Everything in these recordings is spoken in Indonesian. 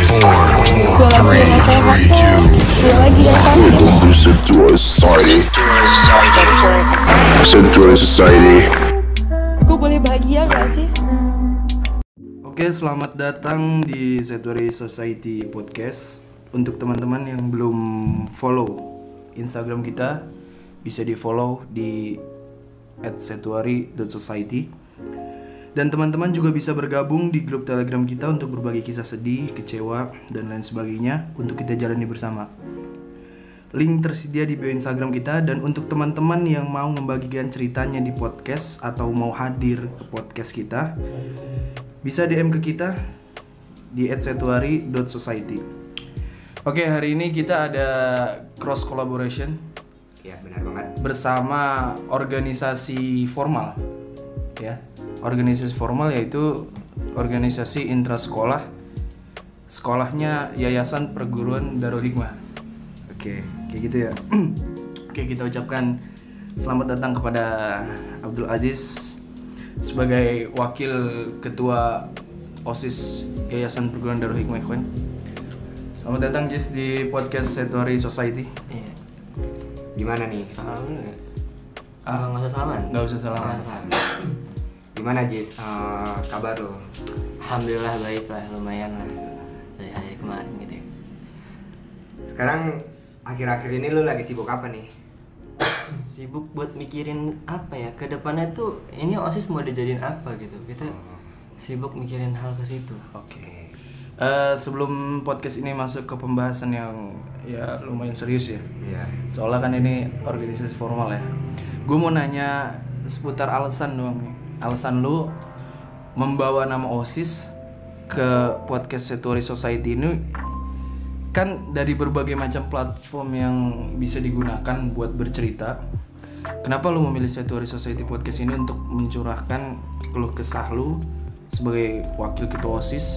Conducive to our society. Sanctuary society. Gue boleh bahagia gak sih? Oke, selamat datang di Sanctuary Society Podcast. Untuk teman-teman yang belum follow Instagram kita, bisa di follow di @sanctuary.society. Dan teman-teman juga bisa bergabung di grup Telegram kita untuk berbagi kisah sedih, kecewa, dan lain sebagainya untuk kita jalani bersama. Link tersedia di bio Instagram kita. Dan untuk teman-teman yang mau membagikan ceritanya di podcast atau mau hadir ke podcast kita, bisa DM ke kita di @sanctuary.society. Oke, hari ini kita ada cross collaboration. Ya, benar banget. Bersama organisasi formal. Ya. Organisasi formal yaitu organisasi intrasekolah. Sekolahnya Yayasan Perguruan Darul Hikmah. Oke, kayak gitu ya. Oke, kita ucapkan selamat datang kepada Abdul Aziz sebagai wakil ketua OSIS Yayasan Perguruan Darul Hikmah. Selamat datang Jis di podcast Sanctuary Society. Iya. Gimana nih? Salam nggak? Nggak usah salaman. Nggak usah salaman. Gimana Jis? Kabar lo? Alhamdulillah baik lah, lumayan lah dari hari kemarin gitu ya. Sekarang akhir-akhir ini lo lagi sibuk apa nih? Sibuk buat mikirin apa ya, kedepannya tuh ini OSIS mau dijadiin apa gitu. Kita sibuk mikirin hal ke situ. Oke. Sebelum podcast ini masuk ke pembahasan yang ya lumayan serius ya. Iya. Soalnya kan ini organisasi formal ya. Gue mau nanya seputar alasan doang nih. Alasan lu membawa nama OSIS ke podcast Sanctuary Society ini kan dari berbagai macam platform yang bisa digunakan buat bercerita. Kenapa lu memilih Sanctuary Society Podcast ini untuk mencurahkan keluh kesah lu sebagai wakil ketua OSIS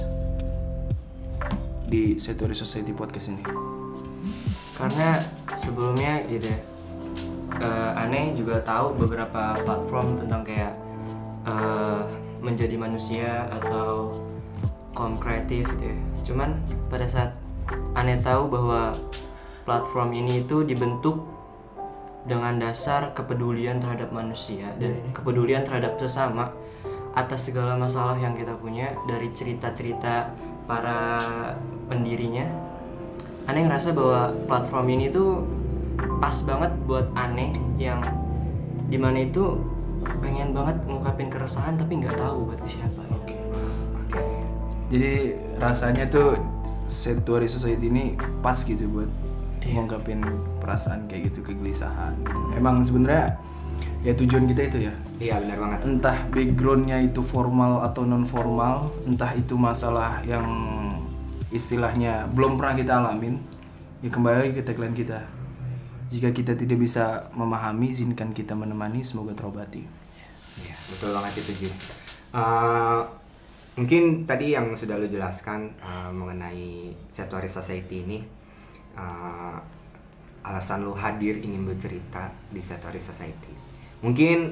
di Sanctuary Society Podcast ini? Karena sebelumnya gitu ya, aneh juga tahu beberapa platform tentang kayak menjadi manusia atau kaum kreatif gitu ya. Cuman pada saat aneh tahu bahwa platform ini itu dibentuk dengan dasar kepedulian terhadap manusia dan kepedulian terhadap sesama atas segala masalah yang kita punya dari cerita-cerita para pendirinya. Aneh ngerasa bahwa platform ini tuh pas banget buat aneh yang dimana itu pengen banget ngungkapin keresahan tapi nggak tahu buat ke siapa gitu. Oke. Jadi rasanya tuh Sanctuary Society ini pas gitu buat ngungkapin perasaan kayak gitu, kegelisahan gitu. Emang sebenarnya ya tujuan kita itu ya. Iya, benar banget. Entah backgroundnya itu formal atau non formal, entah itu masalah yang istilahnya belum pernah kita alamin, ya kembali lagi ke tagline kita. Jika kita tidak bisa memahami, izinkan kita menemani, semoga terobati. Iya, betul banget itu Jis. Mungkin tadi yang sudah lu jelaskan mengenai Sanctuary Society ini, alasan lu hadir ingin bercerita di Sanctuary Society. Mungkin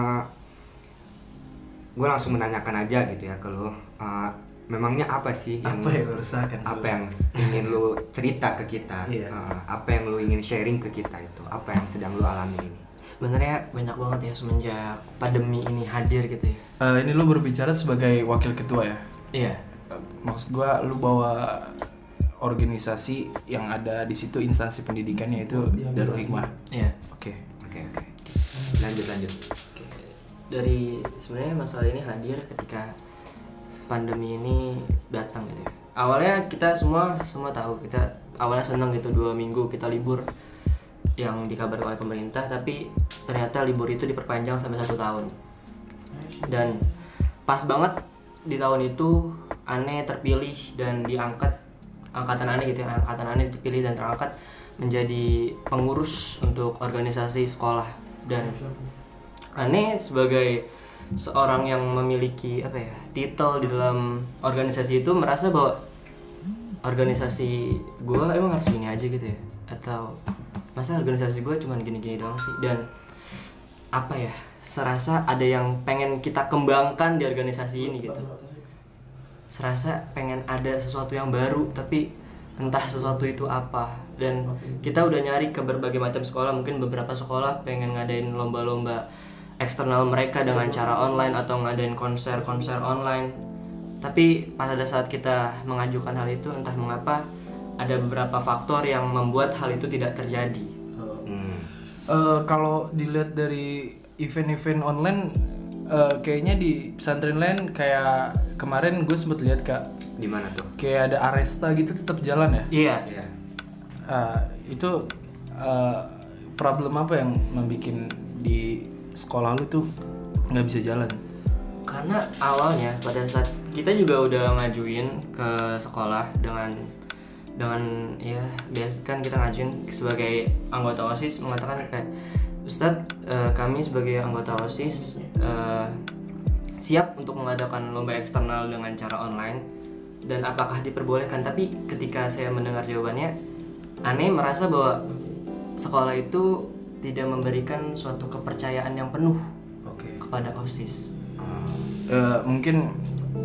gue langsung menanyakan aja gitu ya ke lu, memangnya apa sih Apa yang lu rasakan? apa yang ingin lu cerita ke kita? Iya. Apa yang lu ingin sharing ke kita itu? Apa yang sedang lu alami ini? Sebenarnya banyak banget ya semenjak pandemi ini hadir gitu ya. Ini lu berbicara sebagai wakil ketua ya? Iya. Maksud gua lu bawa organisasi yang ada di situ instansi pendidikannya itu Darul Hikmah. Iya. Oke. Oke. Lanjut. Oke. Dari sebenarnya masalah ini hadir ketika pandemi ini datang gitu ya. Awalnya kita semua tahu, kita awalnya senang gitu 2 minggu kita libur yang dikabarkan oleh pemerintah, tapi ternyata libur itu diperpanjang sampai 1 tahun. Dan pas banget di tahun itu aneh terpilih dan diangkat, angkatan aneh gitu ya, angkatan aneh dipilih dan terangkat menjadi pengurus untuk organisasi sekolah. Dan aneh sebagai seorang yang memiliki titel di dalam organisasi itu merasa bahwa organisasi gue emang harus gini aja gitu ya, atau masa organisasi gue cuma gini-gini doang sih. Dan serasa ada yang pengen kita kembangkan di organisasi ini gitu. serasa pengen ada sesuatu yang baru, tapi entah sesuatu itu apa. Dan kita udah nyari ke berbagai macam sekolah, mungkin beberapa sekolah pengen ngadain lomba-lomba eksternal mereka dengan cara online atau ngadain konser-konser online. Tapi pada saat kita mengajukan hal itu, entah mengapa ada beberapa faktor yang membuat hal itu tidak terjadi. Kalau dilihat dari event-event online, kayaknya di pesantren lain kayak kemarin gue sempet lihat Kak. Di mana tuh? Kayak ada Aresta gitu tetap jalan ya? Iya. Iya. Itu problem apa yang membuat di sekolah lu tuh nggak bisa jalan? Karena awalnya pada saat kita juga udah ngajuin ke sekolah dengan ya biasa kan kita ngajuin sebagai anggota OSIS, mengatakan kayak Ustadz, kami sebagai anggota OSIS siap untuk mengadakan lomba eksternal dengan cara online dan apakah diperbolehkan. Tapi ketika saya mendengar jawabannya, aneh merasa bahwa sekolah itu tidak memberikan suatu kepercayaan yang penuh kepada OSIS. Mungkin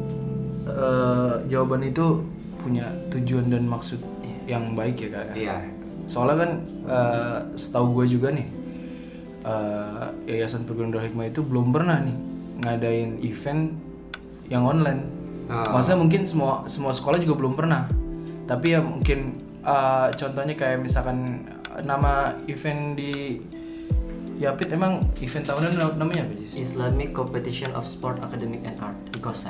jawaban itu punya tujuan dan maksud yang baik ya Kak. Iya. Soalnya kan setahu gue juga nih, Yayasan Perguruan Darul Hikmah itu belum pernah nih ngadain event yang online. Maksudnya mungkin semua sekolah juga belum pernah. Tapi ya mungkin contohnya kayak misalkan nama event di Yapit, emang event tahunan namanya apa sih? Islamic Competition of Sport, Academic and Art, ICOSA.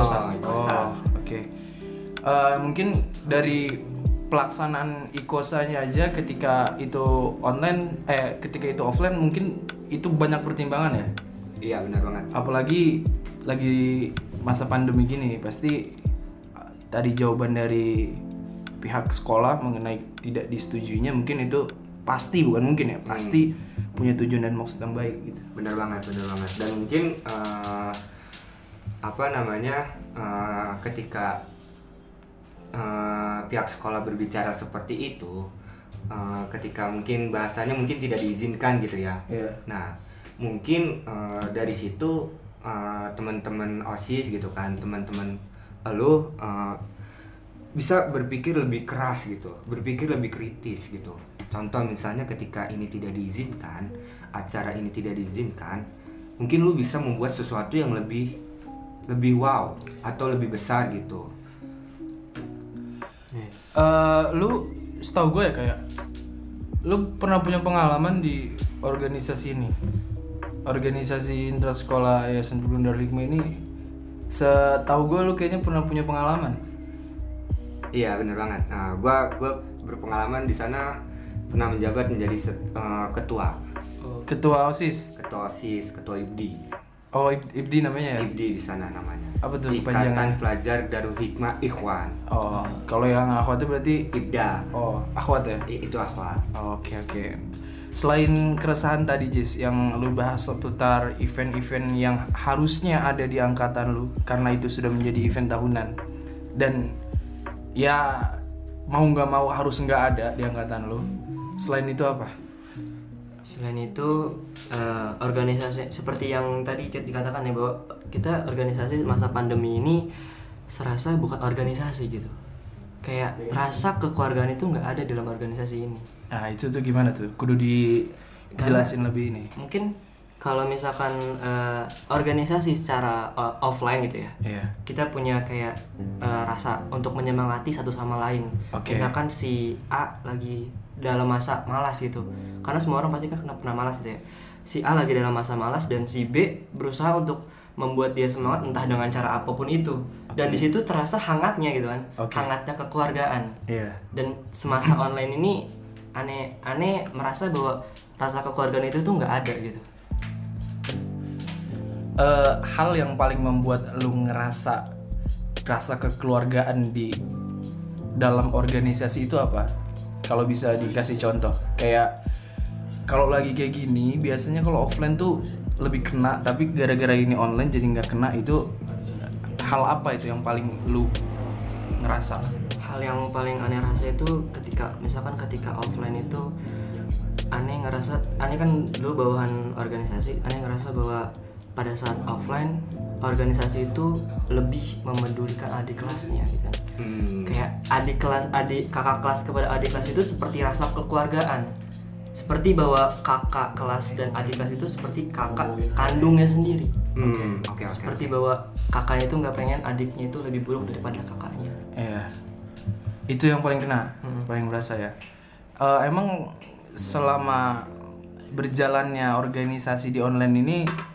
Oke. Mungkin dari pelaksanaan ICOSA-nya aja ketika itu online, ketika itu offline mungkin itu banyak pertimbangan ya. Iya benar banget. Apalagi lagi masa pandemi gini, pasti tadi jawaban dari pihak sekolah mengenai tidak disetujuinya mungkin itu pasti, bukan mungkin ya, pasti punya tujuan dan maksud yang baik gitu. Benar banget. Dan mungkin ketika pihak sekolah berbicara seperti itu, ketika mungkin bahasanya mungkin tidak diizinkan gitu ya. Yeah. Nah, mungkin dari situ teman-teman OSIS gitu kan, teman-teman lu bisa berpikir lebih keras gitu, berpikir lebih kritis gitu. Contoh misalnya ketika ini tidak diizinkan, acara ini tidak diizinkan, mungkin lu bisa membuat sesuatu yang lebih wow atau lebih besar gitu. Lu setahu gue ya kayak lu pernah punya pengalaman di organisasi ini, organisasi intrasekolah Yayasan Perguruan Darul Hikmah ini. Setahu gue lu kayaknya pernah punya pengalaman. Iya benar banget. Nah, gue berpengalaman di sana, pernah menjabat menjadi ketua OSIS, ketua IBDI. Oh, IBDI namanya ya? IBDI di sana namanya. Apa tuh Ikatan kepanjangan? Pelajar Darul Hikmah Ikhwan. Oh, kalau yang akhwat itu berarti IBDA. oh, akhwat ya? Itu akhwat. Oke. Selain keresahan tadi Jis yang lu bahas seputar event-event yang harusnya ada di angkatan lu karena itu sudah menjadi event tahunan dan ya mau nggak mau harus nggak ada di angkatan lu. Selain itu apa? Selain itu organisasi seperti yang tadi dikatakan ya, bahwa kita organisasi masa pandemi ini serasa bukan organisasi gitu. Kayak rasa kekeluargaan itu nggak ada dalam organisasi ini. Nah itu tuh gimana tuh? Kudu dijelasin lebih ini. Mungkin kalau misalkan organisasi secara offline gitu ya, kita punya kayak rasa untuk menyemangati satu sama lain. Misalkan si A lagi dalam masa malas gitu, karena semua orang pasti kan pernah malas gitu ya. Si A lagi dalam masa malas dan si B berusaha untuk membuat dia semangat entah dengan cara apapun itu. Dan di situ terasa hangatnya gitu kan, hangatnya kekeluargaan. Dan semasa online ini aneh merasa bahwa rasa kekeluargaan itu tuh nggak ada gitu. Hal yang paling membuat lu ngerasa rasa kekeluargaan di dalam organisasi itu apa? Kalau bisa dikasih contoh, kayak kalau lagi kayak gini biasanya kalau offline tuh lebih kena, tapi gara-gara ini online jadi nggak kena. Itu hal apa itu yang paling lu ngerasa? Hal yang paling aneh rasa itu ketika offline itu aneh kan dulu bawahan organisasi, aneh ngerasa bahwa pada saat offline organisasi itu lebih memedulikan adik kelasnya gitu. Kayak kakak kelas kepada adik kelas itu seperti rasa kekeluargaan. Seperti bahwa kakak kelas dan adik kelas itu seperti kakak kandungnya sendiri. Oke. Seperti bahwa kakaknya itu nggak pengen adiknya itu lebih buruk daripada kakaknya. Iya. Itu yang paling kena, paling berasa ya. Emang selama berjalannya organisasi di online ini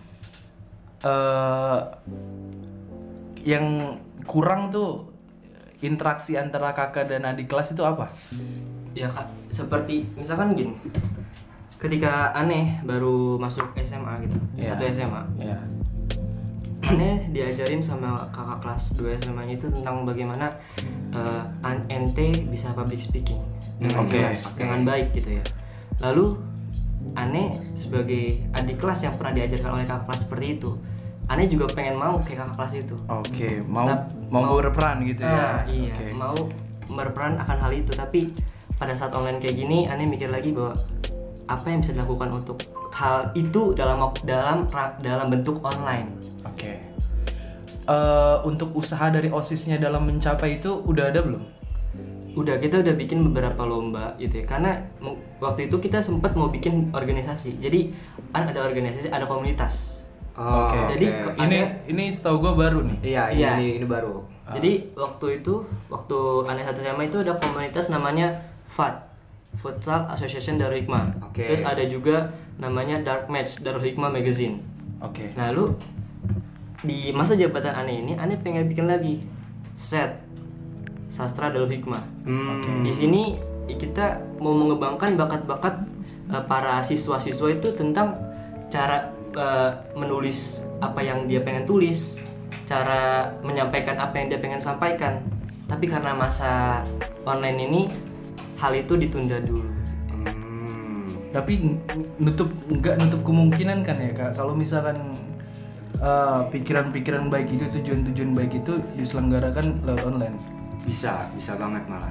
yang kurang tuh interaksi antara kakak dan adik kelas itu apa? Ya Kak, seperti misalkan gini. Ketika Aneh baru masuk SMA gitu, satu SMA. Iya. Aneh diajarin sama kakak kelas 2 SMA-nya itu tentang bagaimana ente bisa public speaking dengan jelas, dengan baik gitu ya. Lalu Aneh sebagai adik kelas yang pernah diajarkan oleh kakak kelas seperti itu, Aneh juga pengen mau kayak kakak kelas itu. Oke, mau berperan gitu ya. Iya, mau berperan akan hal itu. Tapi pada saat online kayak gini, Aneh mikir lagi bahwa apa yang bisa dilakukan untuk hal itu dalam bentuk online. Oke. Untuk usaha dari OSIS-nya dalam mencapai itu udah ada belum? Udah, kita udah bikin beberapa lomba gitu ya. Karena waktu itu kita sempat mau bikin organisasi. Jadi ada organisasi, ada komunitas. Oke. Jadi ini setahu gue baru nih. Iya. Ini baru. Jadi waktu Aneh 1 SMA itu ada komunitas namanya FAD, Futsal Association Darul Hikmah. Oke. Terus ada juga namanya Dark Match Darul Hikmah Magazine. Oke. Nah, lalu di masa jabatan Aneh ini, Aneh pengen bikin lagi set sastra Darul Hikmah. Di sini kita mau mengembangkan bakat-bakat para siswa-siswa itu tentang cara menulis apa yang dia pengen tulis, cara menyampaikan apa yang dia pengen sampaikan. Tapi karena masa online ini, hal itu ditunda dulu. Tapi nggak nutup kemungkinan kan ya Kak, kalau misalkan pikiran-pikiran baik itu, tujuan-tujuan baik itu diselenggarakan lewat online. Bisa banget malah.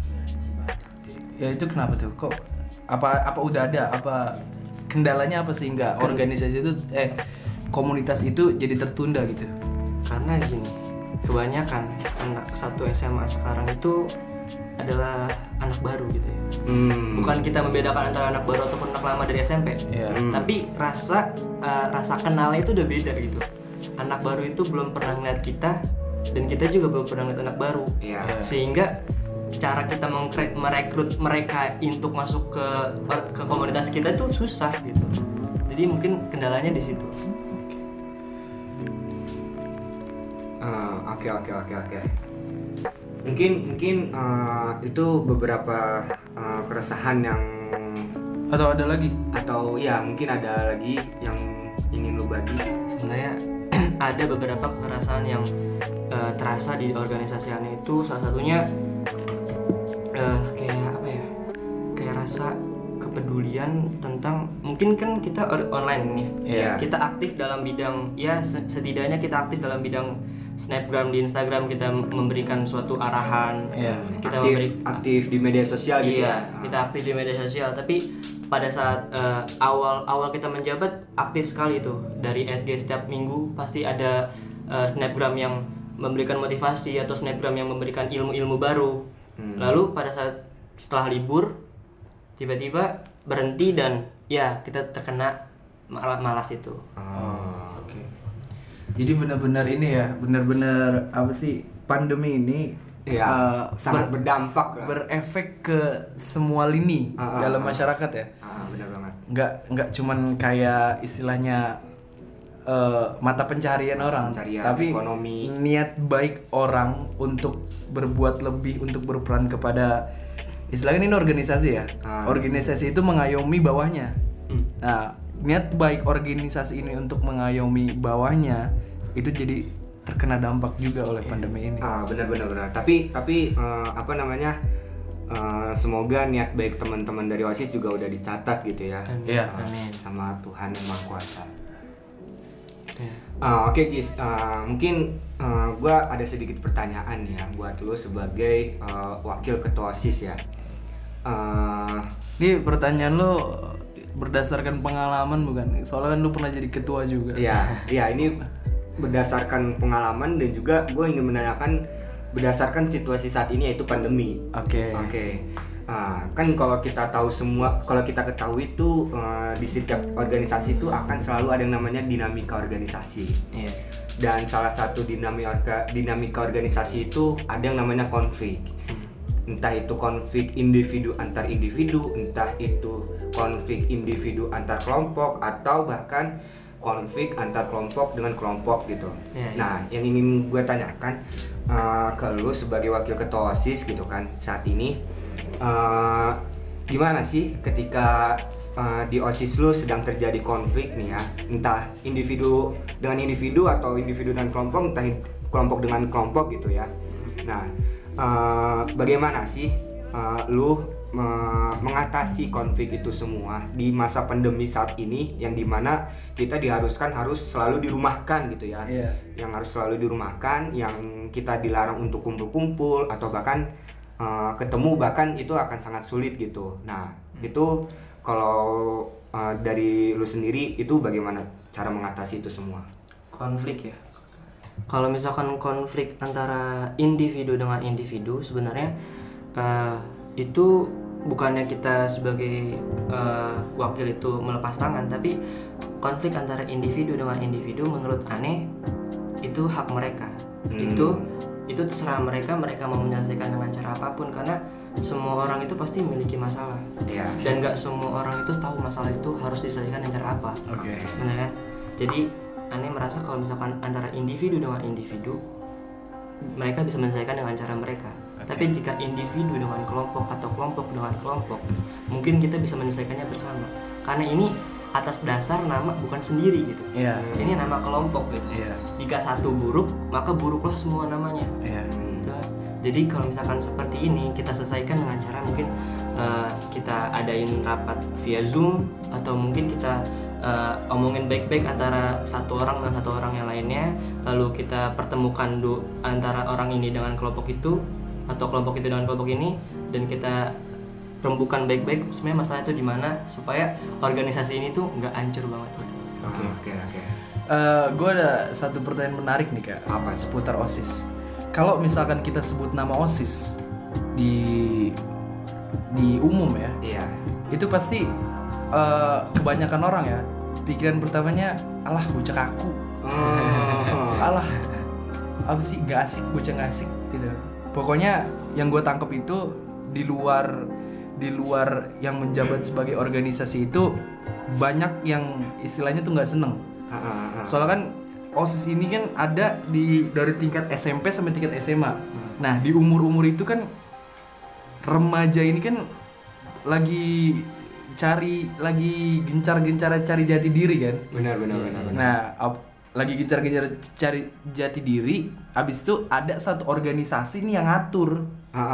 Ya itu kenapa tuh? Kok apa udah ada? Apa kendalanya apa sehingga organisasi itu komunitas itu jadi tertunda gitu? Karena gini, kebanyakan anak 1 SMA sekarang itu adalah anak baru gitu ya. Bukan kita membedakan antara anak baru ataupun anak lama dari SMP. Tapi rasa kenalnya itu udah beda gitu. Anak baru itu belum pernah ngeliat kita, dan kita juga belum pernah ngeliat anak baru. Sehingga cara kita merekrut mereka untuk masuk ke komunitas kita itu susah gitu. Jadi mungkin kendalanya di situ. Oke. Mungkin itu beberapa keresahan yang Atau ada lagi? Atau ya mungkin ada lagi yang ingin lu bagi. Sebenarnya ada beberapa kekerasan yang terasa di organisasi Aneh itu. Salah satunya kayak rasa kepedulian tentang, mungkin kan kita online nih. Kita aktif dalam bidang, ya setidaknya kita aktif dalam bidang snapgram di Instagram, kita memberikan suatu arahan. Kita aktif di media sosial gitu. Kita aktif di media sosial. Tapi pada saat awal kita menjabat, aktif sekali tuh. Dari SG setiap minggu pasti ada snapgram yang memberikan motivasi atau snapgram yang memberikan ilmu-ilmu baru. Lalu pada saat setelah libur tiba-tiba berhenti, dan ya kita terkena malas itu. Oke. Jadi benar-benar ini ya, benar-benar apa sih, pandemi ini sangat berdampak lah. Berefek ke semua lini dalam masyarakat ya. Benar banget. Nggak cuman kayak istilahnya mata pencaharian orang, tapi ekonomi. Niat baik orang untuk berbuat lebih, untuk berperan kepada, istilahnya ini organisasi ya. Organisasi itu mengayomi bawahnya. Nah, niat baik organisasi ini untuk mengayomi bawahnya itu jadi terkena dampak juga oleh pandemi ini. Benar. Tapi apa namanya? Semoga niat baik teman-teman dari OSIS juga udah dicatat gitu ya. Amin. Sama Tuhan Yang Maha Kuasa. Oke Jis, mungkin gue ada sedikit pertanyaan ya buat lo sebagai wakil ketua OSIS ya. Ini pertanyaan lo berdasarkan pengalaman bukan? Soalnya kan lu pernah jadi ketua juga. Iya, ini berdasarkan pengalaman dan juga gue ingin menanyakan berdasarkan situasi saat ini yaitu pandemi. Oke. Kan kalau kita ketahui itu di setiap organisasi itu akan selalu ada yang namanya dinamika organisasi. Iya. Dan salah satu dinamika organisasi itu ada yang namanya konflik. Entah itu konflik individu antar individu, entah itu konflik individu antar kelompok, atau bahkan konflik antar kelompok dengan kelompok gitu. Nah, yang ingin gue tanyakan ke lu sebagai wakil ketua OSIS gitu kan saat ini, gimana sih ketika di OSIS lu sedang terjadi konflik nih ya, entah individu dengan individu atau individu dengan kelompok, entah kelompok dengan kelompok gitu ya. Nah, bagaimana sih lu mengatasi konflik itu semua di masa pandemi saat ini yang dimana kita diharuskan harus selalu dirumahkan gitu ya. Yang harus selalu dirumahkan, yang kita dilarang untuk kumpul-kumpul atau bahkan ketemu, bahkan itu akan sangat sulit gitu. Nah, itu kalau dari lu sendiri itu bagaimana cara mengatasi itu semua? Konflik ya. Kalau misalkan konflik antara individu dengan individu, sebenarnya itu bukannya kita sebagai wakil itu melepas tangan, tapi konflik antara individu dengan individu menurut aneh itu hak mereka. Itu terserah mereka mau menyelesaikan dengan cara apapun, karena semua orang itu pasti memiliki masalah. Dan nggak semua orang itu tahu masalah itu harus diselesaikan dengan cara apa. Benar kan? Jadi aneh merasa kalau misalkan antara individu dengan individu, mereka bisa menyelesaikan dengan cara mereka. Tapi jika individu dengan kelompok atau kelompok dengan kelompok, mungkin kita bisa menyelesaikannya bersama. Karena ini atas dasar nama bukan sendiri gitu. Ini nama kelompok gitu. Jika satu buruk, maka buruklah semua namanya. Gitu. Jadi kalau misalkan seperti ini kita selesaikan dengan cara mungkin kita adain rapat via Zoom, atau mungkin kita omongin baik-baik antara satu orang dengan satu orang yang lainnya, lalu kita pertemukan antara orang ini dengan kelompok itu, atau kelompok itu dengan kelompok ini, dan kita rembukan baik-baik sebenarnya masalah itu di mana, supaya organisasi ini tuh nggak hancur banget gitu. Oke. Gue ada satu pertanyaan menarik nih Kak. Apa? Seputar OSIS. Kalau misalkan kita sebut nama OSIS di umum ya, itu pasti kebanyakan orang ya pikiran pertamanya alah bocah kaku, alah apa sih gak asik, bocah gak asik gitu. Pokoknya yang gue tangkep itu di luar yang menjabat sebagai organisasi itu banyak yang istilahnya tuh nggak seneng. Soalnya kan OSIS ini kan ada dari tingkat SMP sampai tingkat SMA. Nah di umur itu kan remaja ini kan lagi gencar-gencar cari jati diri kan. Benar. Nah lagi gencar-gencar cari jati diri, abis itu ada satu organisasi nih yang ngatur.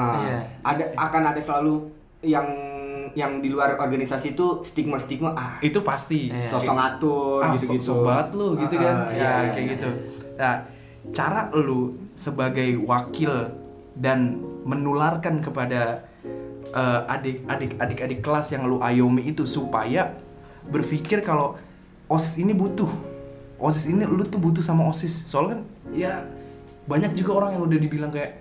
Akan ada selalu yang di luar organisasi itu stigma itu pasti sosok ngatur gitu-gitu. Sosok banget lu gitu kan. Kayak gitu. Nah, cara lu sebagai wakil dan menularkan kepada adik-adik kelas yang lu ayomi itu supaya berpikir kalau OSIS ini butuh. OSIS ini lu tuh butuh sama OSIS. Soalnya kan ya banyak juga orang yang udah dibilang kayak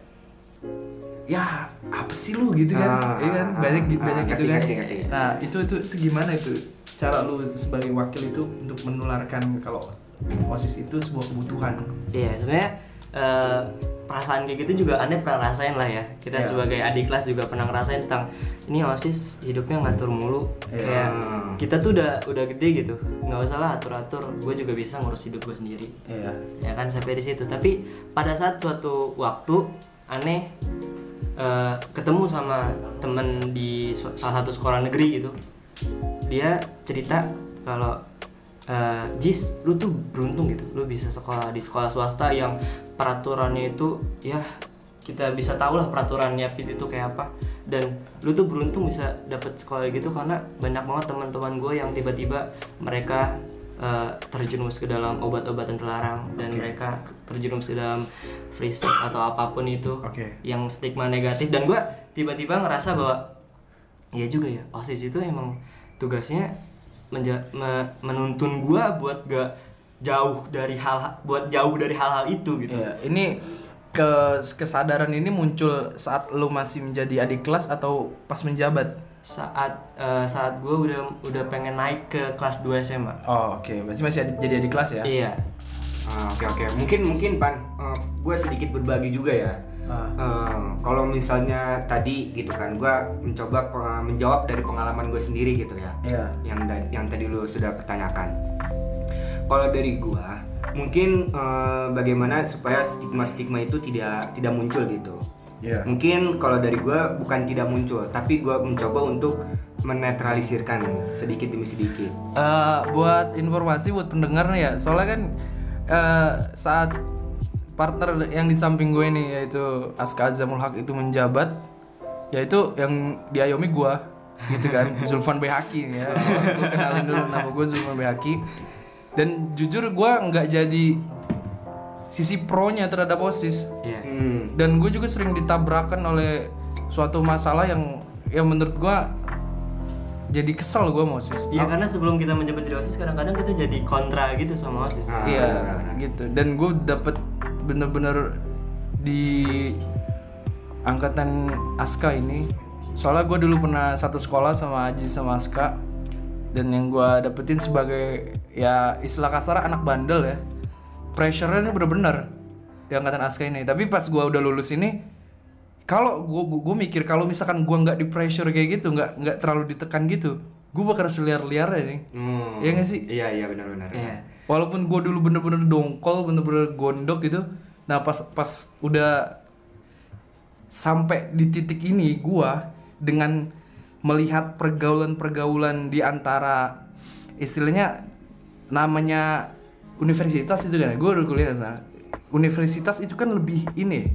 ya apa sih lu gitu kan, iya kan banyak gitu kan. Nah itu gimana itu cara lu sebagai wakil itu untuk menularkan kalau OSIS itu sebuah kebutuhan? Iya sebenarnya perasaan kayak gitu juga aneh pernah rasain lah ya. Kita sebagai adik kelas juga pernah ngerasain tentang ini OSIS hidupnya ngatur mulu. Kayak kita tuh udah gede gitu, nggak usah lah atur-atur, gue juga bisa ngurus hidup gue sendiri. Ya kan sampai di situ. Tapi pada saat suatu waktu aneh ketemu sama temen di salah satu sekolah negeri gitu. Dia cerita kalau Jis, lu tuh beruntung gitu, lu bisa sekolah di sekolah swasta yang peraturannya itu ya kita bisa tahu lah peraturannya itu kayak apa. Dan lu tuh beruntung bisa dapet sekolah gitu karena banyak banget teman-teman gue yang tiba-tiba mereka terjerumus ke dalam obat-obatan terlarang dan mereka terjerumus ke dalam free sex atau apapun itu yang stigma negatif. Dan gue tiba-tiba ngerasa bahwa iya juga ya, OSIS itu emang tugasnya menuntun gua buat gak jauh dari hal-hal itu gitu. Iya, ini kesadaran ini muncul saat lu masih menjadi adik kelas atau pas menjabat? Saat gue udah pengen naik ke kelas 2 SMA. Oh, oke. Berarti masih jadi adik kelas ya? Iya. Oke. Mungkin Pan, gue sedikit berbagi juga ya. Kalau misalnya tadi gitu kan, gue mencoba menjawab dari pengalaman gue sendiri gitu ya. Iya. Yang tadi lu sudah pertanyakan. Kalau dari gue, mungkin bagaimana supaya stigma itu tidak muncul gitu. Iya. Mungkin kalau dari gue bukan tidak muncul, tapi gue mencoba untuk menetralisirkan sedikit demi sedikit. Buat informasi buat pendengar nih ya, soalnya kan saat partner yang di samping gue nih yaitu Aska Azamul Haq itu menjabat, yaitu yang diayomi gue gitu kan, Zulfan Behaki ya. Gue kenalin dulu, nama gue Zulfan Behaki. Dan jujur gue nggak jadi sisi pro-nya terhadap OSIS. Iya. Dan gue juga sering ditabrakan oleh suatu masalah yang menurut gue jadi kesel gue sama OSIS. Iya, karena sebelum kita menjabat jadi OSIS kadang-kadang kita jadi kontra gitu sama OSIS. Iya gitu. Dan gue dapet bener-bener di angkatan Aska ini, soalnya gue dulu pernah satu sekolah sama Aji sama Aska, dan yang gue dapetin sebagai ya istilah kasar anak bandel ya, pressure-nya bener-bener di angkatan Aska ini. Tapi pas gue udah lulus ini, kalau gue mikir kalau misalkan gue nggak di pressure kayak gitu, nggak terlalu ditekan gitu, gue bakal seliar-liar ya nih. Iya nggak sih? Iya benar-benar. Iya. Walaupun gue dulu bener-bener dongkol, bener-bener gondok gitu. Nah pas udah sampai di titik ini, gue dengan melihat pergaulan di antara istilahnya namanya universitas itu kan, gue udah kuliah sana. Universitas itu kan lebih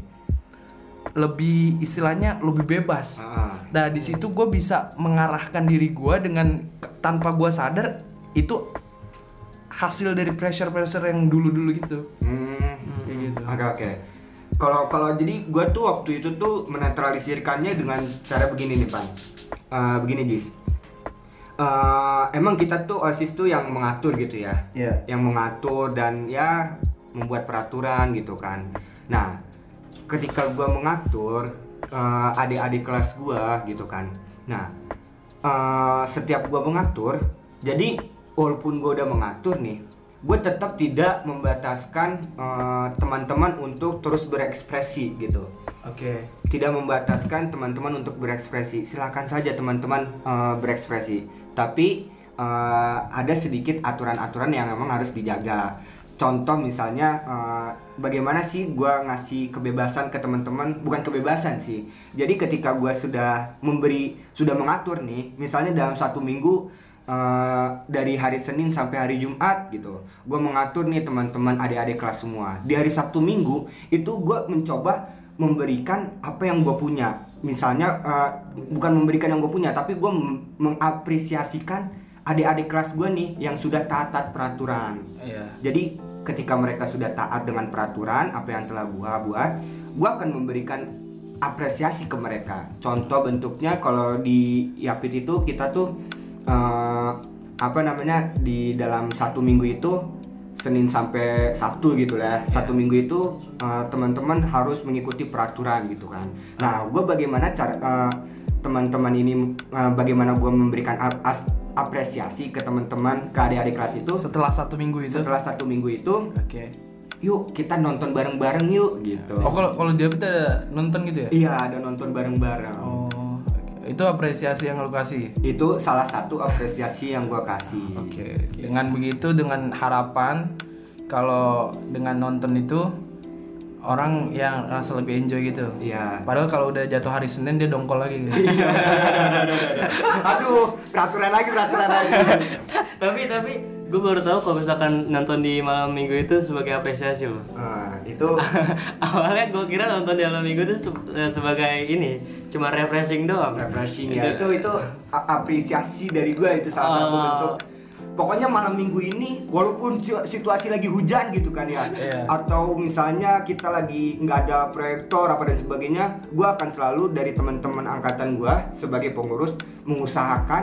istilahnya lebih bebas. Nah di situ gue bisa mengarahkan diri gue dengan tanpa gue sadar itu hasil dari pressure yang dulu gitu. Kayak gitu. Oke. Kalau jadi gue tuh waktu itu tuh menetralisirkannya dengan cara begini nih Pan. Begini Jis. Emang kita tuh OSIS tuh yang mengatur gitu ya. Iya. Yang mengatur dan ya membuat peraturan gitu kan. Nah, ketika gue mengatur adik-adik kelas gue gitu kan. Nah, setiap gue mengatur, jadi walaupun gue udah mengatur nih, gue tetap tidak membataskan teman-teman untuk terus berekspresi gitu. Oke. Tidak membataskan teman-teman untuk berekspresi. Silakan saja teman-teman berekspresi. Tapi ada sedikit aturan-aturan yang memang harus dijaga. Contoh misalnya bagaimana sih gue ngasih kebebasan ke teman-teman, bukan kebebasan sih. Jadi ketika gue sudah mengatur nih, misalnya dalam satu minggu dari hari Senin sampai hari Jumat gitu, gue mengatur nih teman-teman adik-adik kelas semua. Di hari Sabtu Minggu itu gue mencoba memberikan apa yang gue punya. Misalnya bukan memberikan yang gue punya, tapi gue mengapresiasikan adik-adik kelas gue nih yang sudah taat peraturan. Iya. Jadi ketika mereka sudah taat dengan peraturan apa yang telah gue buat, gue akan memberikan apresiasi ke mereka. Contoh bentuknya kalau di Yapit itu kita tuh di dalam satu minggu itu Senin sampai Sabtu gitu lah. Satu minggu itu teman-teman harus mengikuti peraturan gitu kan. Nah, gue bagaimana cara teman-teman ini bagaimana gue memberikan apresiasi ke teman-teman, ke adik-adik kelas itu Setelah satu minggu itu, Oke. Yuk kita nonton bareng-bareng yuk gitu. Oh kalau dia ada nonton gitu ya? Iya, ada nonton bareng-bareng. Oh, itu apresiasi yang lo kasih? Itu salah satu apresiasi yang gue kasih. Oke. Dengan begitu, dengan harapan kalau dengan nonton itu orang yang rasa lebih enjoy gitu. Iya. Padahal kalau udah jatuh hari Senin dia dongkol lagi gitu. Aduh, peraturan lagi. tapi gue baru tahu kalau misalkan nonton di malam minggu itu sebagai apresiasi loh. Itu Awalnya gue kira nonton di malam minggu itu sebagai ini cuma refreshing doang. refreshing ya. Itu apresiasi dari gue, itu salah satu bentuk. Pokoknya malam minggu ini walaupun situasi lagi hujan gitu kan ya, atau misalnya kita lagi nggak ada proyektor apa dan sebagainya, gue akan selalu dari teman-teman angkatan gue sebagai pengurus mengusahakan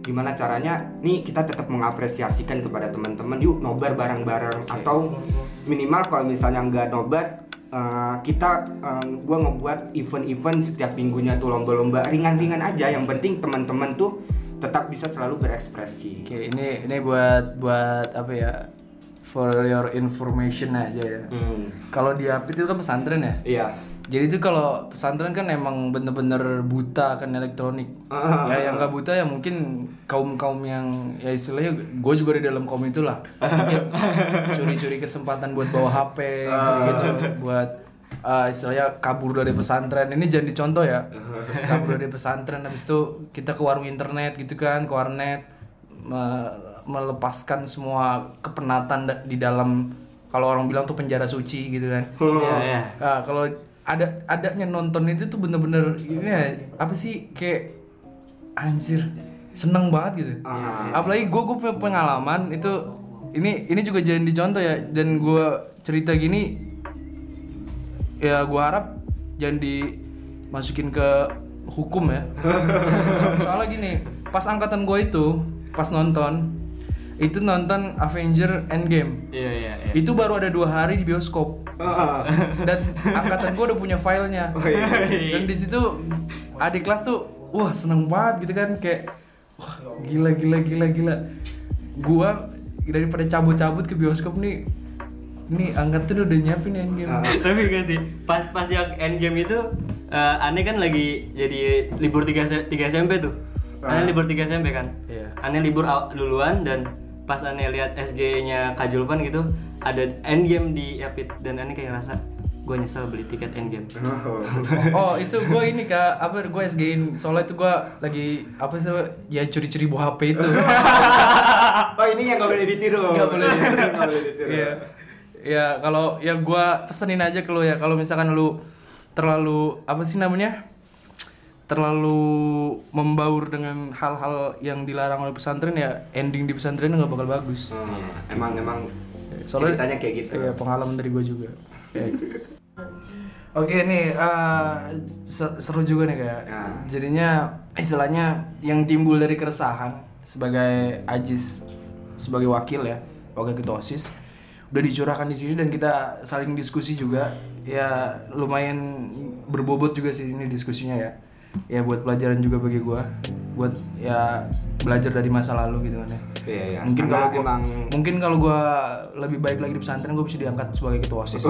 gimana caranya nih kita tetap mengapresiasikan kepada teman-teman, yuk nobar bareng-bareng. Atau minimal kalau misalnya nggak nobar, gue ngebuat event-event setiap minggunya tuh, lomba-lomba ringan-ringan aja, yang penting teman-teman tuh tetap bisa selalu berekspresi. Oke, ini buat apa ya? For your information aja ya. Kalau di Apit itu kan pesantren ya? Iya. Jadi itu kalau pesantren kan emang bener-bener buta kan elektronik. Ya yang gak buta ya mungkin kaum yang ya istilahnya gue juga di dalam kaum itulah. Mungkin curi-curi kesempatan buat bawa HP gitu, buat istilahnya kabur dari pesantren. Ini jangan dicontoh ya. Kabur dari pesantren, habis itu kita ke warung internet gitu kan, ke warnet, melepaskan semua kepenatan di dalam, kalau orang bilang tuh penjara suci gitu kan. Iya. Nah, kalau adanya nonton itu tuh bener-bener ini ya, apa sih, kayak anjir seneng banget gitu. Apalagi gue punya pengalaman itu, ini juga jangan dicontoh ya, dan gue cerita gini ya gue harap jangan dimasukin ke hukum ya. Soalnya gini, pas angkatan gue itu pas nonton Avenger Endgame. Iya. Itu baru ada 2 hari di bioskop. Dan angkatan gue udah punya filenya. Dan di situ adik kelas tuh, wah seneng banget gitu kan, kayak wah gila. Gua daripada cabut-cabut ke bioskop nih angkatan udah nyiapin Endgame. Tapi gak sih, pas yang Endgame itu Aneh kan lagi jadi libur 3 SMP tuh. Aneh libur 3 SMP kan. Iya. Aneh libur duluan, dan pas Aneh lihat SG-nya Kak Julpan gitu, ada Endgame di Yapit, dan Aneh kayak ngerasa gue nyesel beli tiket Endgame. Oh itu gue ini Kak, gue SG-in, soalnya itu gue lagi apa sih ya, curi-curi bawa HP itu. Oh ini yang gak boleh ditiru. Gak boleh ditiru. Iya. Ya kalau ya gue pesenin aja ke lu ya, kalau misalkan lu terlalu apa sih namanya, terlalu membaur dengan hal-hal yang dilarang oleh pesantren, ya ending di pesantren nggak bakal bagus. Emang Soalnya ceritanya kayak gitu. Ya pengalaman dari gue juga. Oke nih, seru juga nih kayak. Jadinya istilahnya yang timbul dari keresahan sebagai Ajis, sebagai wakil ketua OSIS, udah dicurahkan di sini dan kita saling diskusi juga. Ya lumayan berbobot juga sih ini diskusinya ya. Ya buat pelajaran juga bagi gua, buat ya belajar dari masa lalu gitu kan ya. Iya. Mungkin kalau gua lebih baik lagi di pesantren, gua bisa diangkat sebagai ketua OSIS.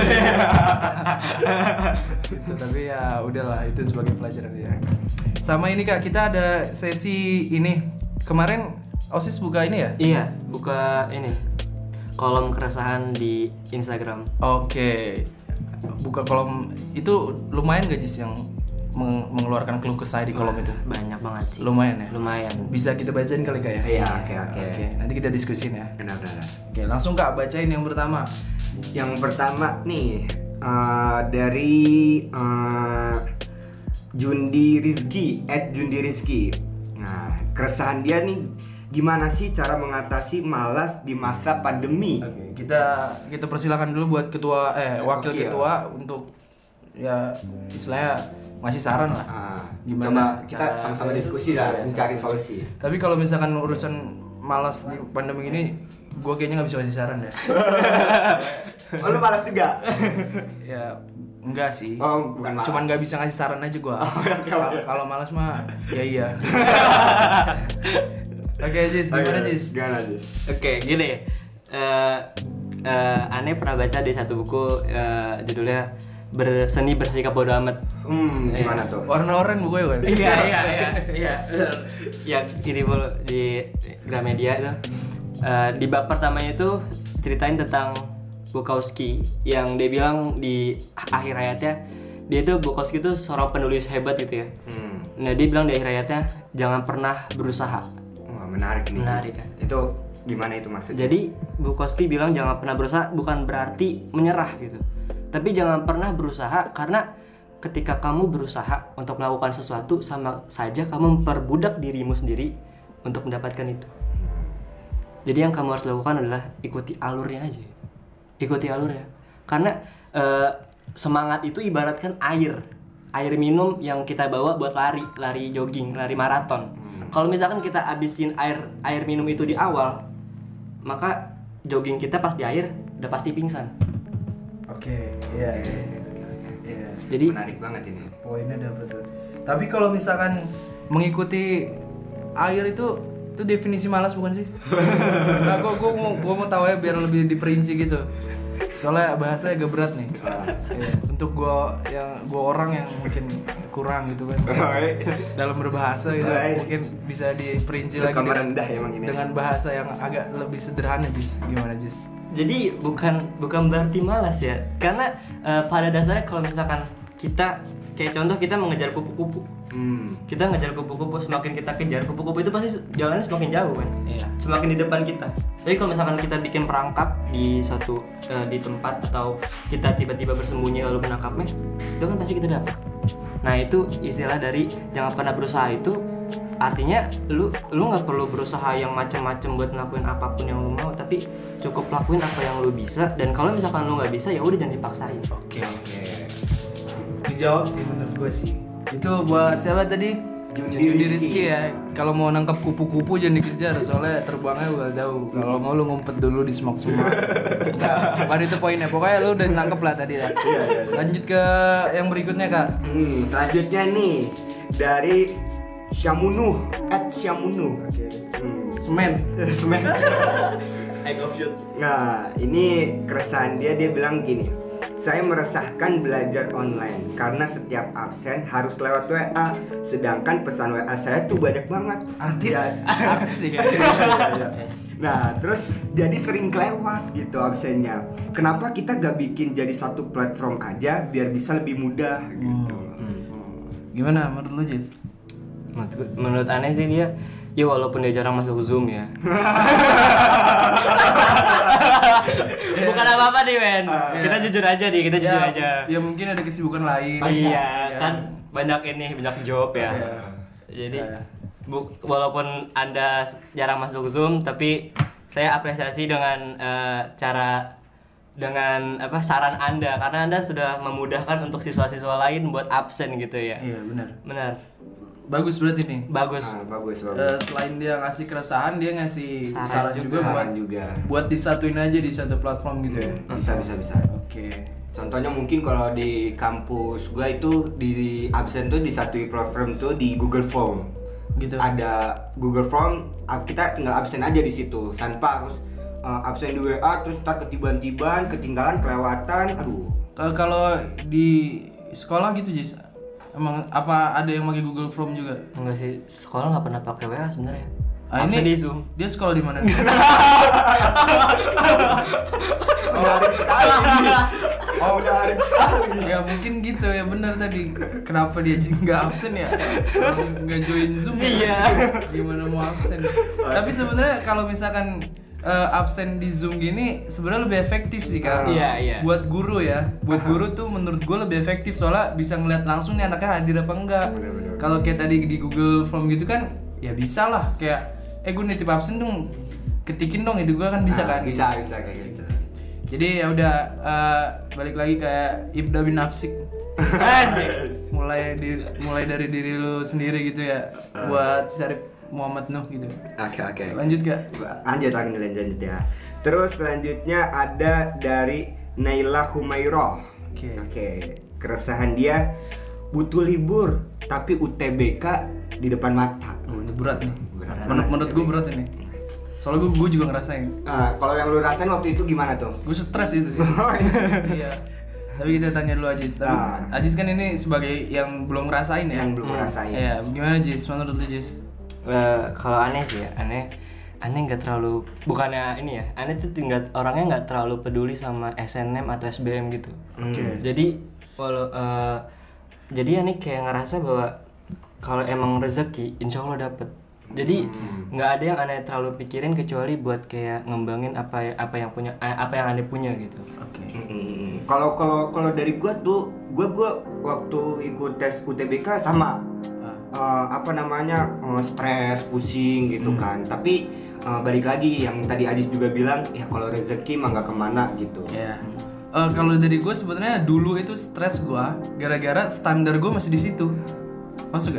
Gitu, tapi ya udahlah, itu sebagai pelajaran ya. Sama ini Kak, kita ada sesi ini. Kemarin OSIS buka ini ya? Iya, buka ini kolom keresahan di Instagram. Oke. Buka kolom itu lumayan gak Jis yang mengeluarkan keluh kesah di kolom itu? Banyak banget sih. Lumayan ya? Lumayan. Bisa kita bacain kali Kak ya? Iya, oke. Nanti kita diskusin ya. Benar. Oke, langsung Kak bacain yang pertama. Yang pertama nih dari Jundi Rizky. Nah, keresahan dia nih, gimana sih cara mengatasi malas di masa pandemi? Oke, kita persilakan dulu buat wakil ketua untuk ya istilahnya ngasih saran lah. Gimana kita sama-sama diskusi lah, mencari solusi. Tapi kalau misalkan urusan malas di pandemi ini, gue kayaknya nggak bisa kasih saran ya. Oh, lu malas juga? Ya enggak sih. Oh, bukan malas. Cuman nggak bisa ngasih saran aja gue. Kalau malas mah ya iya. Oke Jis, gimana Jis? Oke, gini. Aneh pernah baca di satu buku judulnya Seni Bersikap Bodo Amat. Gimana tuh? Warna oranye bukunya kan? Iya. Ya, ini di Gramedia itu. Di bab pertamanya itu ceritain tentang Bukowski yang dia bilang di akhir hayatnya, dia itu Bukowski itu seorang penulis hebat gitu ya. Nah, dia bilang di akhir hayatnya jangan pernah berusaha. Wah, menarik nih. Menarik kan? Itu gimana itu maksudnya? Jadi Bukowski bilang jangan pernah berusaha bukan berarti menyerah gitu. Tapi jangan pernah berusaha, karena ketika kamu berusaha untuk melakukan sesuatu, sama saja kamu memperbudak dirimu sendiri untuk mendapatkan itu. Jadi yang kamu harus lakukan adalah ikuti alurnya aja. Ikuti alurnya. Karena semangat itu ibaratkan air minum yang kita bawa buat lari jogging, lari maraton. Kalau misalkan kita abisin air minum itu di awal, maka jogging kita pas di air udah pasti pingsan. Oke, iya. Iya. Jadi menarik banget ini. Poinnya dapet tuh. Tapi kalau misalkan mengikuti air itu definisi malas bukan sih? Nah, gua mau tahu ya biar lebih diperinci gitu. Soalnya bahasanya agak berat nih. Iya. Untuk gua orang yang mungkin kurang gitu kan. Dalam berbahasa gitu. Mungkin bisa diperinci lagi rendah emang ini. dengan bahasa yang agak lebih sederhana, Jis. Gimana, Jis? Jadi bukan berarti malas ya. Karena pada dasarnya kalau misalkan kita kayak contoh kita mengejar kupu-kupu. Kita ngejar kupu-kupu, semakin kita kejar kupu-kupu itu pasti jalannya semakin jauh kan. Iya. Semakin di depan kita. Tapi kalau misalkan kita bikin perangkap di suatu di tempat atau kita tiba-tiba bersembunyi lalu menangkapnya, itu kan pasti kita dapat. Nah, itu istilah dari jangan pernah berusaha itu artinya lu nggak perlu berusaha yang macam-macam buat ngelakuin apapun yang lu mau, tapi cukup lakuin apa yang lu bisa, dan kalau misalkan lu nggak bisa ya udah jangan dipaksain. Oke. Dijawab sih menurut gue sih. Itu buat siapa tadi? Jundi Rizky ya. Kalau mau nangkap kupu-kupu jangan dikejar soalnya terbangnya udah jauh. Kalau mau lu ngumpet dulu di semak-semak. Nah, itu poinnya. Pokoknya lu udah nangkep lah tadi ya. Lanjut ke yang berikutnya, Kak. Selanjutnya nih dari Syamunuh Oke. Semen. Egg of shoot. Nah, ini keresahan dia bilang gini. Saya meresahkan belajar online karena setiap absen harus lewat WA, sedangkan pesan WA saya tuh banyak banget. Artis nih kan. Nah, terus jadi sering kelewat gitu absennya. Kenapa kita gak bikin jadi satu platform aja biar bisa lebih mudah gitu? Gimana menurut lu, Jis? Menurut aneh sih dia, ya walaupun dia jarang masuk Zoom ya. Bukan apa-apa nih, men. Kita jujur aja nih, kita jujur aja. Ya mungkin ada kesibukan lain. Iya, kan banyak job ya. Iya. Jadi walaupun Anda jarang masuk Zoom, tapi saya apresiasi dengan saran Anda, karena Anda sudah memudahkan untuk siswa-siswa lain buat absen gitu ya. Iya, benar. Bagus berarti nih. Bagus. Bagus. Selain dia ngasih keresahan, dia ngasih saran juga buat disatuin aja di satu platform gitu ya. Bisa. Oke. Contohnya mungkin kalau di kampus gua itu di absen tuh di satu platform tuh di Google Form. Gitu. Ada Google Form, kita tinggal absen aja di situ tanpa harus absen di WA terus tak ketiban-tiban, ketinggalan, kelewatan. Aduh. Kalau di sekolah gitu, Jis. Emang apa ada yang pakai Google Form juga? Enggak sih, sekolah nggak pernah pakai WA sebenarnya. Ini di Zoom. Dia sekolah di mana? Menarik sekali. Menarik sekali. Ya mungkin gitu ya, benar tadi. Kenapa dia nggak absen ya? Nggak join Zoom? Iya. Gimana mau absen? Tapi sebenarnya kalau misalkan absen di Zoom gini sebenarnya lebih efektif sih, Kak. Iya. Buat guru ya. Buat guru tuh menurut gue lebih efektif soalnya bisa ngeliat langsung nih anaknya hadir apa enggak. Kalau kayak tadi di Google Form gitu kan ya bisa lah kayak gue nitip absen dong, ketikin dong, itu gue kan bisa kan. Bisa kayak gitu. Jadi ya udah balik lagi kayak Ibda bin Nafsik. Asik. mulai dari diri lu sendiri gitu ya buat Syarif Muhammad Nuh gitu. Oke. Lanjut gak? Lanjut ya. Terus selanjutnya ada dari Naila Humairah. Oke. Keresahan dia butuh libur tapi UTBK di depan mata. Ini berat nih. Menurut gue berat ini. Soalnya gue juga ngerasain. Kalau yang lu rasain waktu itu gimana tuh? Gue stres itu sih. Iya. Tapi kita tanya dulu Ajis. Ajis kan ini sebagai yang belum ngerasain ya. Yang belum ngerasain. Iya. Gimana Jis? Menurut lu Jis? Kalau aneh sih ya, aneh nggak terlalu, bukannya ini ya, aneh tuh orangnya nggak terlalu peduli sama SNM atau SBM gitu. Jadi jadi aneh kayak ngerasa bahwa kalau emang rezeki insya Allah dapet. Jadi nggak ada yang aneh terlalu pikirin kecuali buat kayak ngembangin apa yang aneh punya gitu. Kalau dari gua waktu ikut tes UTBK sama. Stres, pusing gitu kan. Tapi balik lagi yang tadi Ajis juga bilang ya kalau rezeki mah nggak kemana gitu. Iya. Kalau dari gue sebenarnya dulu itu stres gue gara-gara standar gue masih di situ. Masuk gak?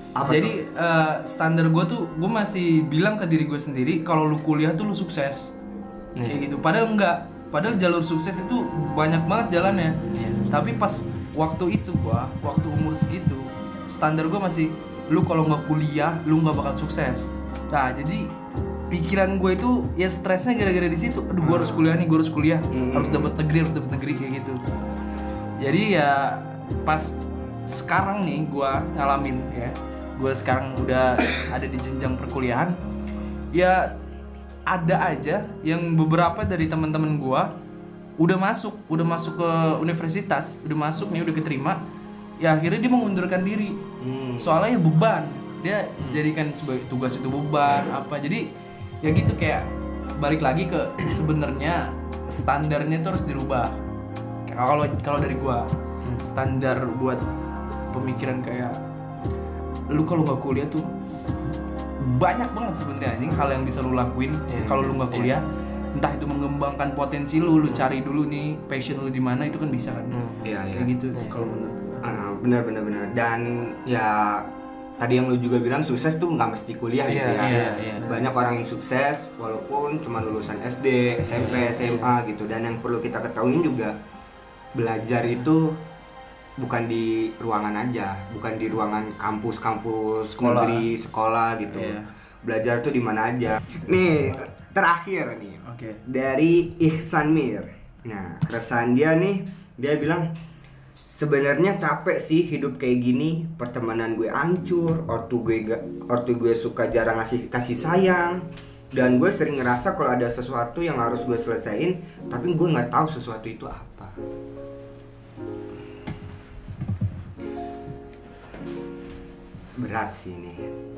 Apa Jadi standar gue tuh, gue masih bilang ke diri gue sendiri kalau lu kuliah tuh lu sukses, kayak gitu. Padahal enggak, padahal jalur sukses itu banyak banget jalannya. Tapi pas waktu itu waktu umur segitu, standar gue masih, lu kalau nggak kuliah, lu nggak bakal sukses. Nah jadi pikiran gue itu ya stresnya gara-gara di situ. Aduh, gue harus kuliah nih, gue harus kuliah, harus dapat negeri kayak gitu. Jadi ya pas sekarang nih gue ngalamin ya, gue sekarang udah ada di jenjang perkuliahan, ya ada aja yang beberapa dari teman-teman gue udah masuk ke universitas, udah masuk nih, udah keterima, ya akhirnya dia mengundurkan diri. Soalnya ya beban, dia jadikan sebagai tugas itu beban apa. Jadi ya gitu, kayak balik lagi ke sebenarnya standarnya tuh harus dirubah. Kalau dari gue, standar buat pemikiran kayak lu kalau nggak kuliah tuh banyak banget sebenarnya anjing hal yang bisa lu lakuin kalau lu nggak kuliah. Entah itu mengembangkan potensi lu cari dulu nih passion lu di mana, itu kan bisa kan. Kayak gitu kalau menurut gua. Benar. Dan ya tadi yang lu juga bilang sukses tuh nggak mesti kuliah gitu ya. Banyak orang yang sukses walaupun cuma lulusan SD, SMP, SMA gitu. Dan yang perlu kita ketahui juga, belajar itu bukan di ruangan aja, bukan di ruangan kampus negeri, sekolah gitu. Belajar tuh di mana aja. Nih, terakhir nih. Dari Ihsan Mir. Nah, keresahan dia nih, dia bilang sebenarnya capek sih hidup kayak gini, pertemanan gue hancur, ortu gue suka jarang kasih sayang, dan gue sering ngerasa kalau ada sesuatu yang harus gue selesain, tapi gue nggak tahu sesuatu itu apa. Berat sih ini.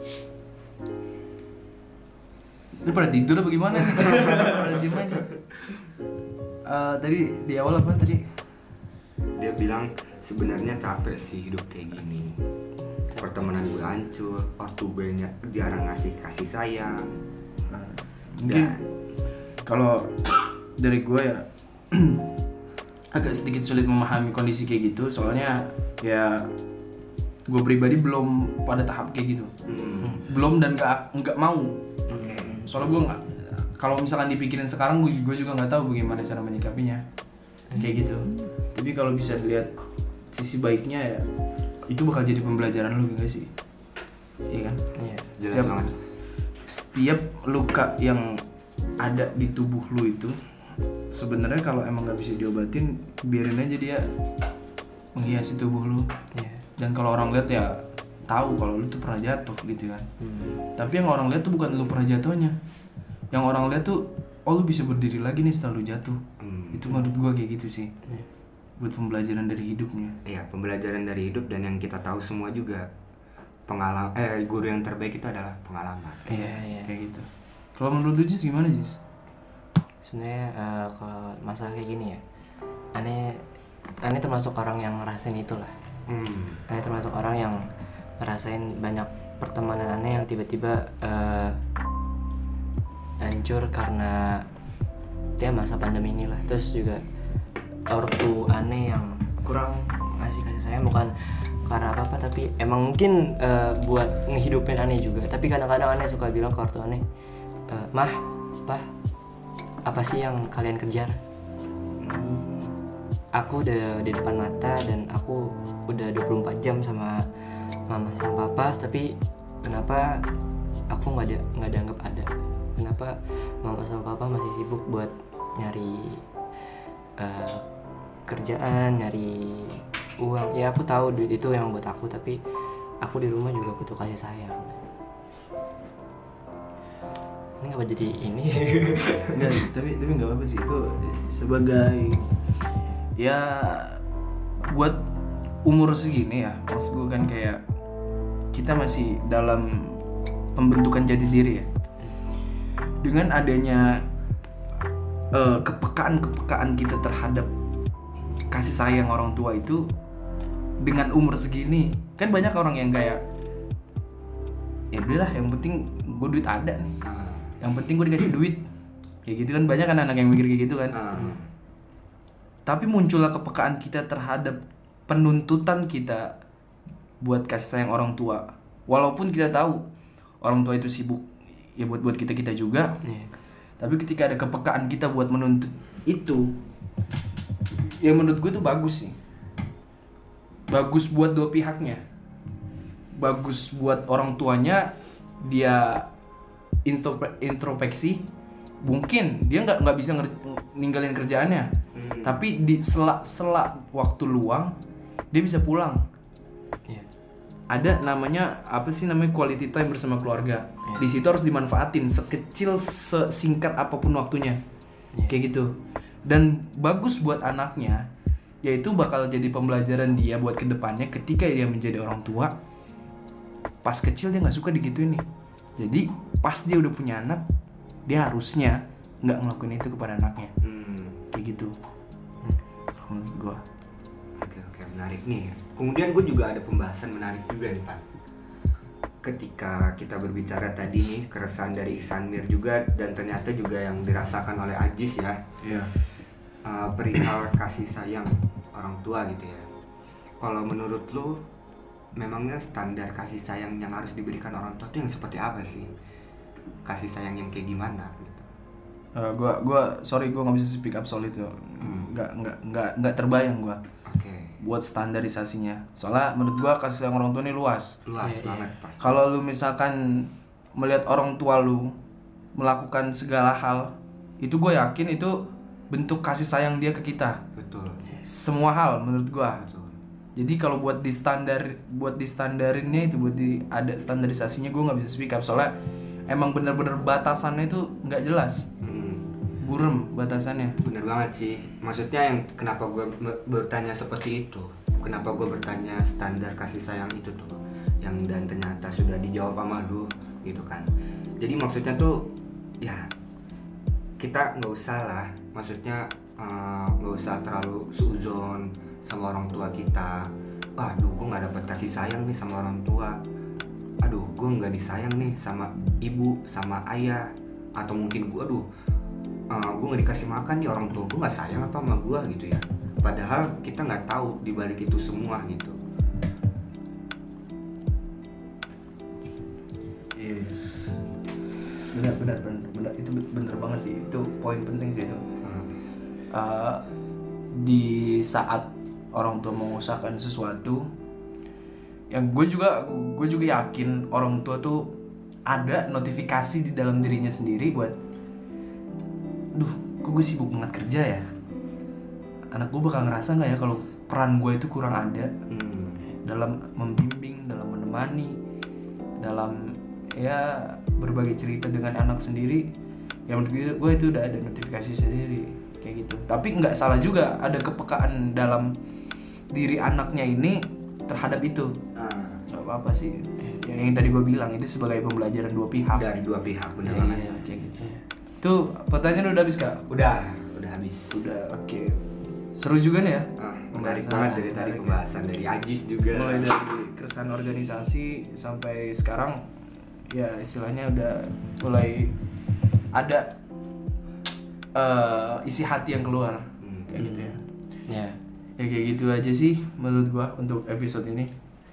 Ini pada tidur apa gimana nih? Pada diem aja. Tadi di awal apa tadi? Dia bilang sebenarnya capek sih hidup kayak gini. Pertemanan gue hancur, ortu gue jarang kasih sayang. Mungkin kalau dari gue ya agak sedikit sulit memahami kondisi kayak gitu, soalnya ya gue pribadi belum pada tahap kayak gitu. Belum dan nggak mau. Soalnya gue nggak, kalau misalkan dipikirin sekarang gue juga nggak tahu bagaimana cara menyikapinya kayak gitu. Tapi kalau bisa dilihat sisi baiknya ya, itu bakal jadi pembelajaran lu juga sih, iya kan? Setiap luka yang ada di tubuh lu itu sebenarnya kalau emang nggak bisa diobatin, biarin aja dia menghiasi tubuh lu. Dan kalau orang lihat ya tahu kalau lu tuh pernah jatuh gitu kan. Tapi yang orang lihat tuh bukan lu pernah jatuhnya. Yang orang lihat tuh, oh lu bisa berdiri lagi nih setelah lu jatuh. Itu menurut gua kayak gitu sih. Buat pembelajaran dari hidupnya. Iya, pembelajaran dari hidup, dan yang kita tahu semua juga guru yang terbaik itu adalah pengalaman. Iya. Kayak gitu. Kalau menurut lu Jis gimana Jis? Sebenarnya kalau masalah kayak gini ya, aneh termasuk orang yang ngerasain itulah. Aneh termasuk orang yang ngerasain banyak pertemanan aneh yang tiba-tiba hancur karena ya masa pandemi inilah. Terus juga ortu aneh yang kurang ngasih kasih sayang, bukan karena apa-apa, tapi emang mungkin buat ngehidupin aneh juga. Tapi kadang-kadang aneh suka bilang ke ortu aneh, mah, pa, apa sih yang kalian kejar? Aku udah di depan mata dan aku udah 24 jam sama mama sama papa, tapi kenapa aku nggak dianggap ada? Kenapa mama sama papa masih sibuk buat nyari kerjaan, nyari uang? Ya aku tahu duit itu yang buat aku, tapi aku di rumah juga butuh kasih sayang. Ini nggak jadi ini. Enggak, tapi nggak apa-apa sih, itu sebagai ya buat umur segini ya, maksud gue kan kayak kita masih dalam pembentukan jati diri ya. Dengan adanya kepekaan kita terhadap kasih sayang orang tua itu dengan umur segini, kan banyak orang yang kayak ya udahlah, yang penting gue duit ada nih, yang penting gue dikasih duit, kayak gitu kan. Banyak kan anak yang mikir kayak gitu kan. Tapi muncullah kepekaan kita terhadap penuntutan kita buat kasih sayang orang tua Walaupun kita tahu orang tua itu sibuk ya buat kita juga. Tapi ketika ada kepekaan kita buat menuntut itu, yang menurut gue tuh bagus sih. Bagus buat dua pihaknya. Bagus buat orang tuanya, dia introspeksi. Mungkin dia nggak bisa ninggalin kerjaannya, tapi di sela waktu luang dia bisa pulang. Ada namanya quality time bersama keluarga. Di situ harus dimanfaatin sekecil sesingkat apapun waktunya. Kayak gitu. Dan bagus buat anaknya, yaitu bakal jadi pembelajaran dia buat kedepannya ketika dia menjadi orang tua. Pas kecil dia nggak suka digituin nih. Jadi pas dia udah punya anak, dia harusnya nggak ngelakuin itu kepada anaknya. Kayak gitu. Menurut gue. Oke, menarik nih. Kemudian gue juga ada pembahasan menarik juga nih Pak. Ketika kita berbicara tadi nih keresahan dari Ihsan Mir juga, dan ternyata juga yang dirasakan oleh Ajis ya. Iya. Perihal kasih sayang orang tua gitu ya. Kalau menurut lu, memangnya standar kasih sayang yang harus diberikan orang tua itu yang seperti apa sih? Kasih sayang yang kayak gimana gitu? Gua nggak bisa speak up soal itu. Nggak terbayang gua. Buat standarisasinya. Soalnya menurut gua kasih sayang orang tua ini luas Banget pasti. Kalau lu misalkan melihat orang tua lu melakukan segala hal, itu gue yakin itu bentuk kasih sayang dia ke kita. Betul. Semua hal menurut gua. Betul. Jadi kalau buat distandarinnya itu, ada standarisasinya, gue nggak bisa speak up soalnya emang bener-bener batasannya itu nggak jelas. Burem batasannya. Bener banget sih. Maksudnya yang kenapa gue bertanya seperti itu, kenapa gue bertanya standar kasih sayang itu tuh, yang dan ternyata sudah dijawab sama lu gitu kan. Jadi maksudnya tuh ya kita nggak usah lah, maksudnya nggak usah terlalu suuzon sama orang tua kita. Aduh, gue nggak dapat kasih sayang nih sama orang tua. Aduh, gue nggak disayang nih sama ibu, sama ayah, atau mungkin gue gue nggak dikasih makan nih orang tua gue, nggak sayang apa sama gue gitu ya. Padahal kita nggak tahu dibalik itu semua gitu. Iya. Benar itu benar banget sih. Itu poin penting sih itu. Di saat orang tua mengusahakan sesuatu, yang gue juga yakin orang tua tuh ada notifikasi di dalam dirinya sendiri buat, kok gue sibuk banget kerja ya, anak gue bakal ngerasa nggak ya kalau peran gue itu kurang ada dalam membimbing, dalam menemani, dalam ya berbagi cerita dengan anak sendiri. Yang menurut gue itu udah ada notifikasi sendiri kayak gitu. Tapi nggak salah juga ada kepekaan dalam diri anaknya ini terhadap itu. Nggak apa-apa sih. Yang tadi gue bilang itu sebagai pembelajaran dua pihak. Dari dua pihak, benar banget. Kayak gitu. Tuh pertanyaan udah habis Kak? Udah habis. Udah, oke. Seru juga nih ya. Menarik banget dari tadi pembahasan dari Ajis juga. Mulai dari keresahan organisasi sampai sekarang ya istilahnya udah mulai ada isi hati yang keluar kayak gitu ya. Ya kayak gitu aja sih menurut gua untuk episode ini.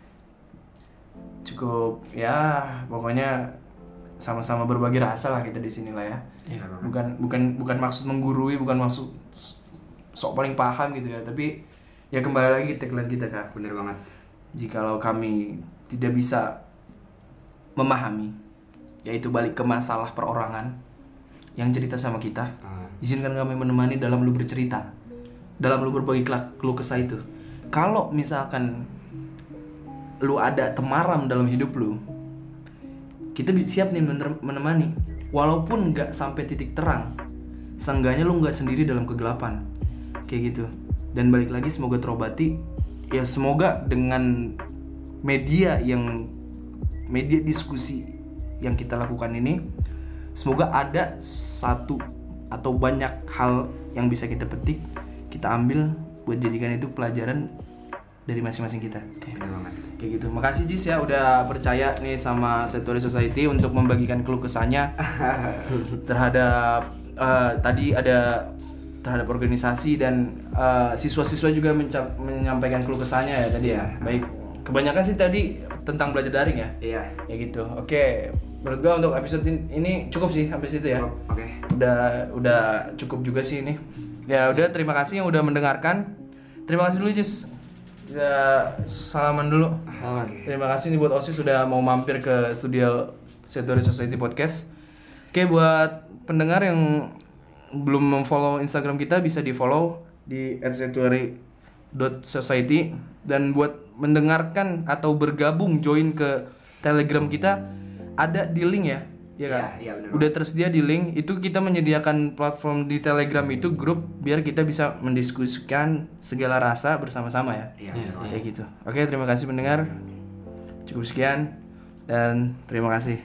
Cukup ya, pokoknya sama-sama berbagi rasa lah kita di sini lah ya. Bukan maksud menggurui, bukan maksud sok paling paham gitu ya, tapi ya kembali lagi tagline kita Kak. Bener banget. Jikalau kami tidak bisa memahami, yaitu balik ke masalah perorangan yang cerita sama kita, izinkan kami menemani dalam lu bercerita, dalam lu berbagi keluh kesah itu. Kalau misalkan lu ada temaram dalam hidup lu, kita siap nih menemani, walaupun nggak sampai titik terang, seenggaknya lu nggak sendiri dalam kegelapan kayak gitu. Dan balik lagi, semoga terobati ya, semoga dengan media diskusi yang kita lakukan ini, semoga ada satu atau banyak hal yang bisa kita petik, kita ambil buat jadikan itu pelajaran dari masing-masing kita. Kayak gitu. Makasih Jis ya udah percaya nih sama Satori Society untuk membagikan keluh kesahnya terhadap tadi ada terhadap organisasi, dan siswa-siswa juga menyampaikan keluh kesahnya ya tadi ya. Baik, kebanyakan sih tadi tentang belajar daring ya. Iya. Ya gitu. Oke, menurut gua untuk episode ini cukup sih sampai situ ya. Oke. Udah cukup juga sih ini. Ya udah, terima kasih yang udah mendengarkan. Terima kasih dulu Jis. Ya, salaman dulu. Terima kasih nih buat OSIS sudah mau mampir ke studio Satori Society Podcast. Oke, buat pendengar yang belum memfollow Instagram kita bisa di-follow di @satori.society, dan buat mendengarkan atau bergabung join ke Telegram kita ada di link ya. Iya kan? Iya, benar. Udah tersedia di link. Itu kita menyediakan platform di Telegram itu grup biar kita bisa mendiskusikan segala rasa bersama-sama ya. Iya. Kayak gitu. Oke, terima kasih pendengar. Cukup sekian dan terima kasih.